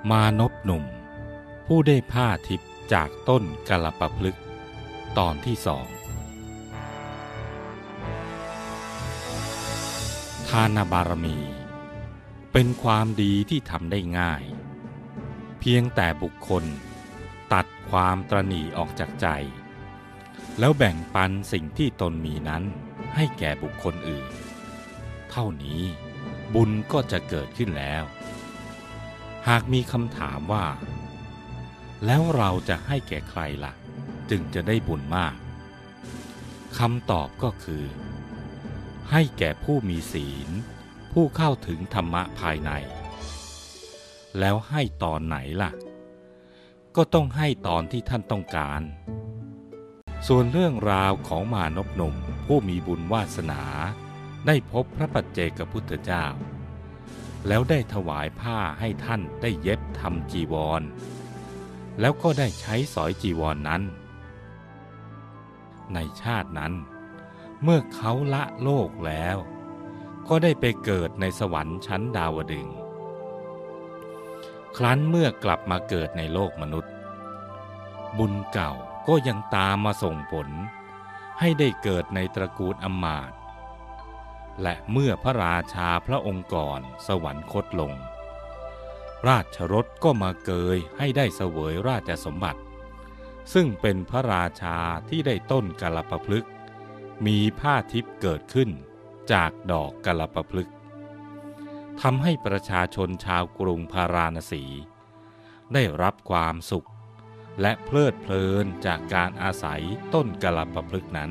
มานพหนุ่มผู้ได้ผ้าทิพย์จากต้นกลปพฤกษ์ตอนที่2ทานบารมีเป็นความดีที่ทำได้ง่ายเพียงแต่บุคคลตัดความตระหนี่ออกจากใจแล้วแบ่งปันสิ่งที่ตนมีนั้นให้แก่บุคคลอื่นเท่านี้บุญก็จะเกิดขึ้นแล้วหากมีคำถามว่าแล้วเราจะให้แก่ใครล่ะจึงจะได้บุญมากคำตอบก็คือให้แก่ผู้มีศีลผู้เข้าถึงธรรมะภายในแล้วให้ตอนไหนล่ะก็ต้องให้ตอนที่ท่านต้องการส่วนเรื่องราวของมานพหนุ่มผู้มีบุญวาสนาได้พบพระปัจเจกพุทธเจ้าแล้วได้ถวายผ้าให้ท่านได้เย็บทำจีวรแล้วก็ได้ใช้สอยจีวรนั้นในชาตินั้นเมื่อเขาละโลกแล้วก็ได้ไปเกิดในสวรรค์ชั้นดาวดึงส์ครั้นเมื่อกลับมาเกิดในโลกมนุษย์บุญเก่าก็ยังตามมาส่งผลให้ได้เกิดในตระกูลอมาตย์และเมื่อพระราชาพระองค์ก่อนสวรรคตลงราชรสก็มาเกยให้ได้เสวยราชสมบัติซึ่งเป็นพระราชาที่ได้ต้นกลปพฤกษ์มีผ้าทิพย์เกิดขึ้นจากดอกกลปพฤกษ์ทำให้ประชาชนชาวกรุงพาราณสีได้รับความสุขและเพลิดเพลินจากการอาศัยต้นกลปพฤกษ์นั้น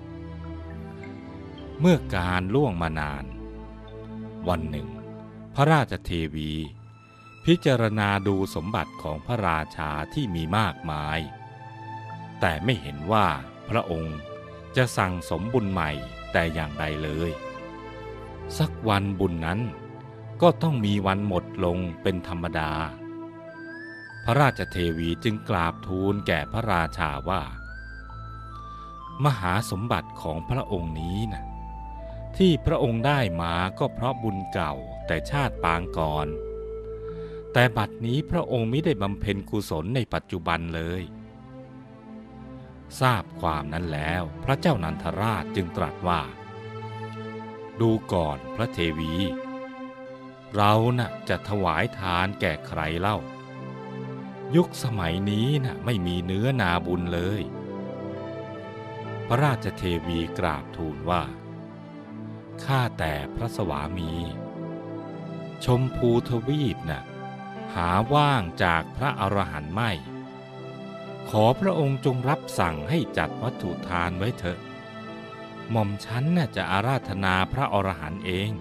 เมื่อการล่วงมานานวันหนึ่งพระราชเทวีพิจารณาดูสมบัติของพระราชาที่มีมากมายแต่ไม่เห็นว่าพระองค์จะสั่งสมบุญใหม่แต่อย่างใดเลยสักวันบุญนั้นก็ต้องมีวันหมดลงเป็นธรรมดาพระราชเทวีจึงกราบทูลแก่พระราชาว่ามหาสมบัติของพระองค์นี้นะที่พระองค์ได้มาก็เพราะบุญเก่าแต่ชาติปางก่อนแต่บัดนี้พระองค์มิได้บำเพ็ญกุศลในปัจจุบันเลยทราบความนั้นแล้วพระเจ้านันทราชจึงตรัสว่าดูก่อนพระเทวีเราน่ะจะถวายทานแก่ใครเล่ายุคสมัยนี้น่ะไม่มีเนื้อนาบุญเลยพระราชเทวีกราบทูลว่าข้าแต่พระสวามีชมพูทวีปน่ะหาว่างจากพระอรหันต์ไม่ขอพระองค์จงรับสั่งให้จัดวัตถุทานไว้เถอะหม่อมฉันน่ะจะอาราธนาพระอรหันต์เอง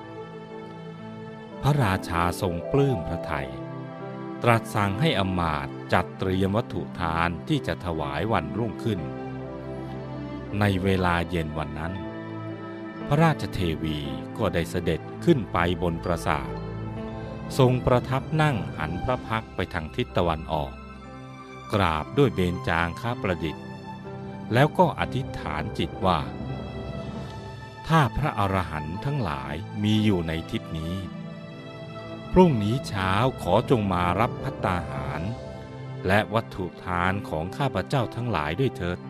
พระราชาทรงปลื้มพระทัยตรัสสั่งให้อมาตย์จัดเตรียมวัตถุทานที่จะถวายวันรุ่งขึ้นในเวลาเย็นวันนั้นพระราชเทวีก็ได้เสด็จขึ้นไปบนปราสาททรงประทับนั่งหันพระพักตร์ไปทางทิศตะวันออกกราบด้วยเบญจางคประดิษฐ์แล้วก็อธิษฐานจิตว่าถ้าพระอรหันต์ทั้งหลายมีอยู่ในทิศนี้พรุ่งนี้เช้าขอจงมารับภัตตาหารและวัตถุทานของข้าพเจ้าทั้งหลายด้วยเถิด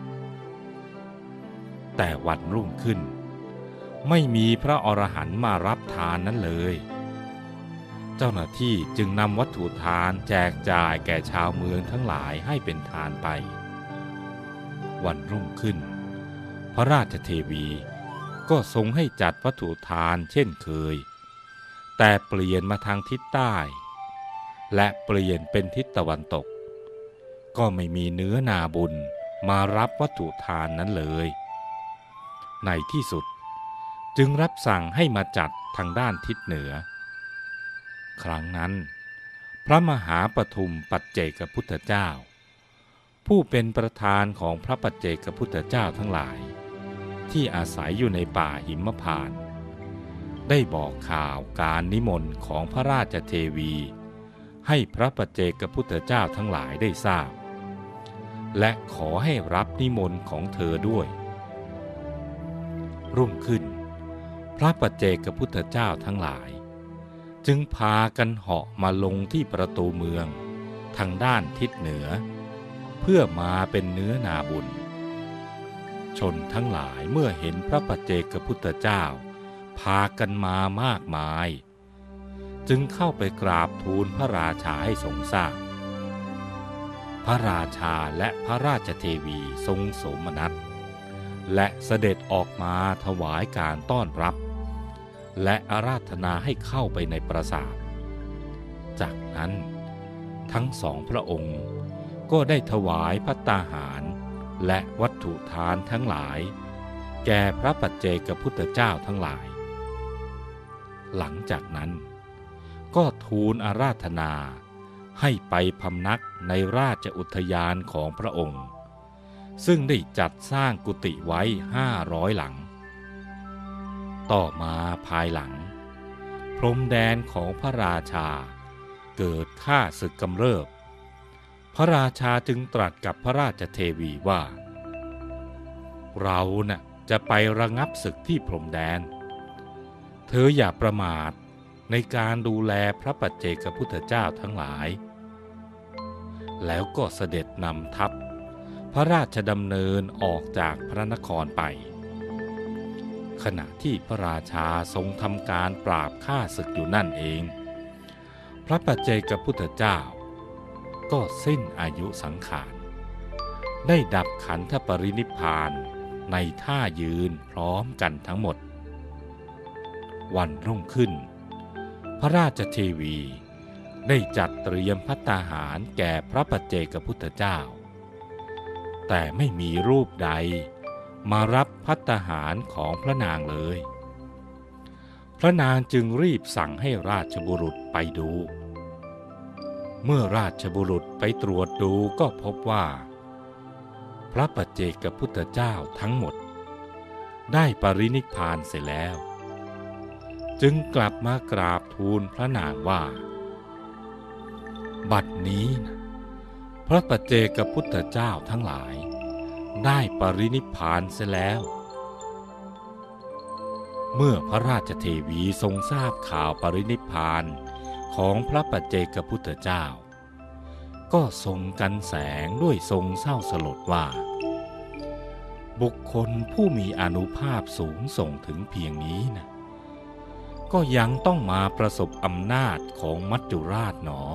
แต่วันรุ่งขึ้นไม่มีพระอรหันต์มารับทานนั้นเลยเจ้าหน้าที่จึงนำวัตถุทานแจกจ่ายแก่ชาวเมืองทั้งหลายให้เป็นทานไปวันรุ่งขึ้นพระราชเทวีก็ทรงให้จัดวัตถุทานเช่นเคยแต่เปลี่ยนมาทางทิศใต้และเปลี่ยนเป็นทิศตะวันตกก็ไม่มีเนื้อนาบุญมารับวัตถุทานนั้นเลยในที่สุดจึงรับสั่งให้มาจัดทางด้านทิศเหนือครั้งนั้นพระมหาปทุมปัจเจกพุทธเจ้าผู้เป็นประธานของพระปัจเจกพุทธเจ้าทั้งหลายที่อาศัยอยู่ในป่าหิมพานต์ได้บอกข่าวการนิมนต์ของพระราชเทวีให้พระปัจเจกพุทธเจ้าทั้งหลายได้ทราบและขอให้รับนิมนต์ของเธอด้วยรุ่งขึ้นพระปัจเจกพุทธเจ้าทั้งหลายจึงพากันเหาะมาลงที่ประตูเมืองทางด้านทิศเหนือเพื่อมาเป็นเนื้อนาบุญชนทั้งหลายเมื่อเห็นพระปัจเจกพุทธเจ้าพากันมามากมายจึงเข้าไปกราบทูลพระราชาให้ทรงทราบพระราชาและพระราชเทวีทรงโสมนัสและเสด็จออกมาถวายการต้อนรับและอาราธนาให้เข้าไปในปราสาทจากนั้นทั้งสองพระองค์ก็ได้ถวายภัตตาหารและวัตถุทานทั้งหลายแก่พระปัจเจกพุทธเจ้าทั้งหลายหลังจากนั้นก็ทูลอาราธนาให้ไปพำนักในราชอุทยานของพระองค์ซึ่งได้จัดสร้างกุฏิไว้500 หลังต่อมาภายหลังพรมแดนของพระราชาเกิดข้าศึกกำเริบพระราชาจึงตรัสกับพระราชเทวีว่าเราน่ะจะไประงับศึกที่พรมแดนเธออย่าประมาทในการดูแลพระปัจเจกพุทธเจ้าทั้งหลายแล้วก็เสด็จนำทัพพระราชดำเนินออกจากพระนครไปขณะที่พระราชาทรงทำการปราบข้าศึกอยู่นั่นเองพระปัจเจกพุทธเจ้าก็สิ้นอายุสังขารได้ดับขันธปรินิพพานในท่ายืนพร้อมกันทั้งหมดวันรุ่งขึ้นพระราชเทวีได้จัดเตรียมภัตตาหารแก่พระปัจเจกพุทธเจ้าแต่ไม่มีรูปใดมารับภัตตาหารของพระนางเลยพระนางจึงรีบสั่งให้ราชบุรุษไปดูเมื่อราชบุรุษไปตรวจดูก็พบว่าพระปัจเจกพุทธเจ้าทั้งหมดได้ปรินิพพานเสร็จแล้วจึงกลับมากราบทูลพระนางว่าบัดนี้นะพระปัจเจกพุทธเจ้าทั้งหลายได้ปรินิพพานเสียแล้วเมื่อพระราชเทวีทรงทราบข่าวปรินิพพานของพระปัจเจกพุทธเจ้าก็ทรงกันแสงด้วยทรงเศร้าสลดว่าบุคคลผู้มีอานุภาพสูงส่งถึงเพียงนี้นะก็ยังต้องมาประสบอำนาจของมัจจุราชหนอ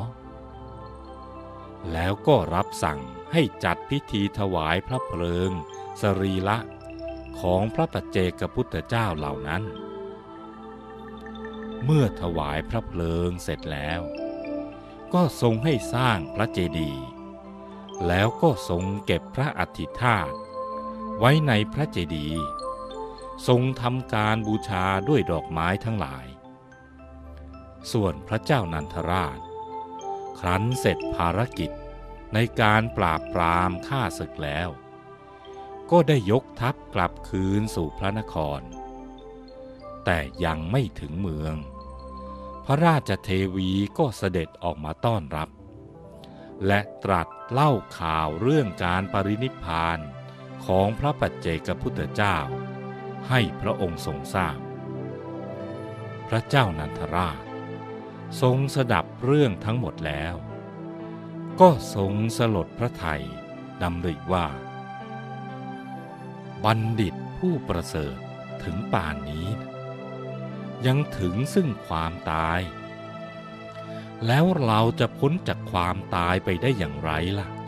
แล้วก็รับสั่งให้จัดพิธีถวายพระเพลิงสรีระของพระปัจเจกพุทธเจ้าเหล่านั้นเมื่อถวายพระเพลิงเสร็จแล้วก็ทรงให้สร้างพระเจดีย์แล้วก็ทรงเก็บพระอัฐิธาตุไว้ในพระเจดีย์ทรงทำการบูชาด้วยดอกไม้ทั้งหลายส่วนพระเจ้านันทราชครั้นเสร็จภารกิจในการปราบปรามข้าศึกแล้วก็ได้ยกทัพกลับคืนสู่พระนครแต่ยังไม่ถึงเมืองพระราชเทวีก็เสด็จออกมาต้อนรับและตรัสเล่าข่าวเรื่องการปรินิพพานของพระปัจเจกพุทธเจ้าให้พระองค์ทรงทราบพระเจ้านันทราชทรงสดับเรื่องทั้งหมดแล้วก็ทรงสลดพระทัยดำริว่าบัณฑิตผู้ประเสริฐถึงป่านนี้ยังถึงซึ่งความตายแล้วเราจะพ้นจากความตายไปได้อย่างไรล่ะ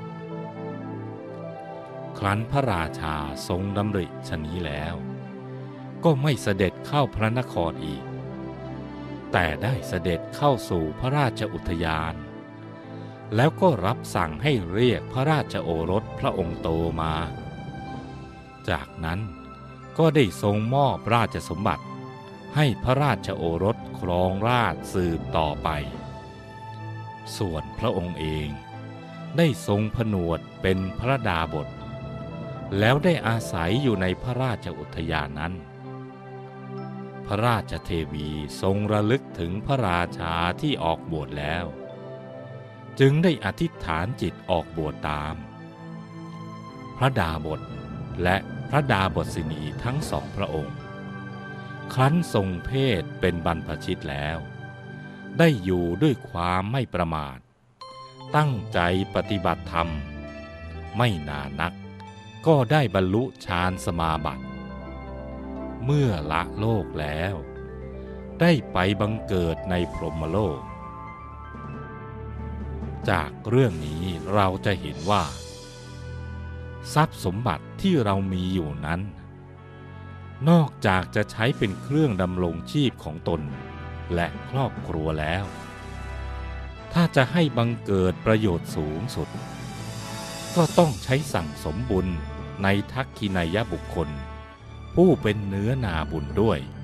ครั้นพระราชาทรงดำริชนี้แล้วก็ไม่เสด็จเข้าพระนครอีกแต่ได้เสด็จเข้าสู่พระราชอุทยานแล้วก็รับสั่งให้เรียกพระราชโอรสพระองค์โตมาจากนั้นก็ได้ทรงมอบราชสมบัติให้พระราชโอรสครองราชย์สืบต่อไปส่วนพระองค์เองได้ทรงผนวดเป็นพระดาบสแล้วได้อาศัยอยู่ในพระราชอุทยานนั้นพระราชเทวีทรงระลึกถึงพระราชาที่ออกบวชแล้วจึงได้อธิษฐานจิตออกบวชตามพระดาบสและพระดาบสินีทั้งสองพระองค์ครั้นทรงเพศเป็นบรรพชิตแล้วได้อยู่ด้วยความไม่ประมาทตั้งใจปฏิบัติธรรมไม่นานนักก็ได้บรรลุฌานสมาบัติเมื่อละโลกแล้วได้ไปบังเกิดในพรหมโลกจากเรื่องนี้เราจะเห็นว่าทรัพย์สมบัติที่เรามีอยู่นั้นนอกจากจะใช้เป็นเครื่องดำรงชีพของตนและครอบครัวแล้วถ้าจะให้บังเกิดประโยชน์สูงสุดก็ต้องใช้สั่งสมบุญในทักขินายบุคคลผู้เป็นเนื้อนาบุญด้วย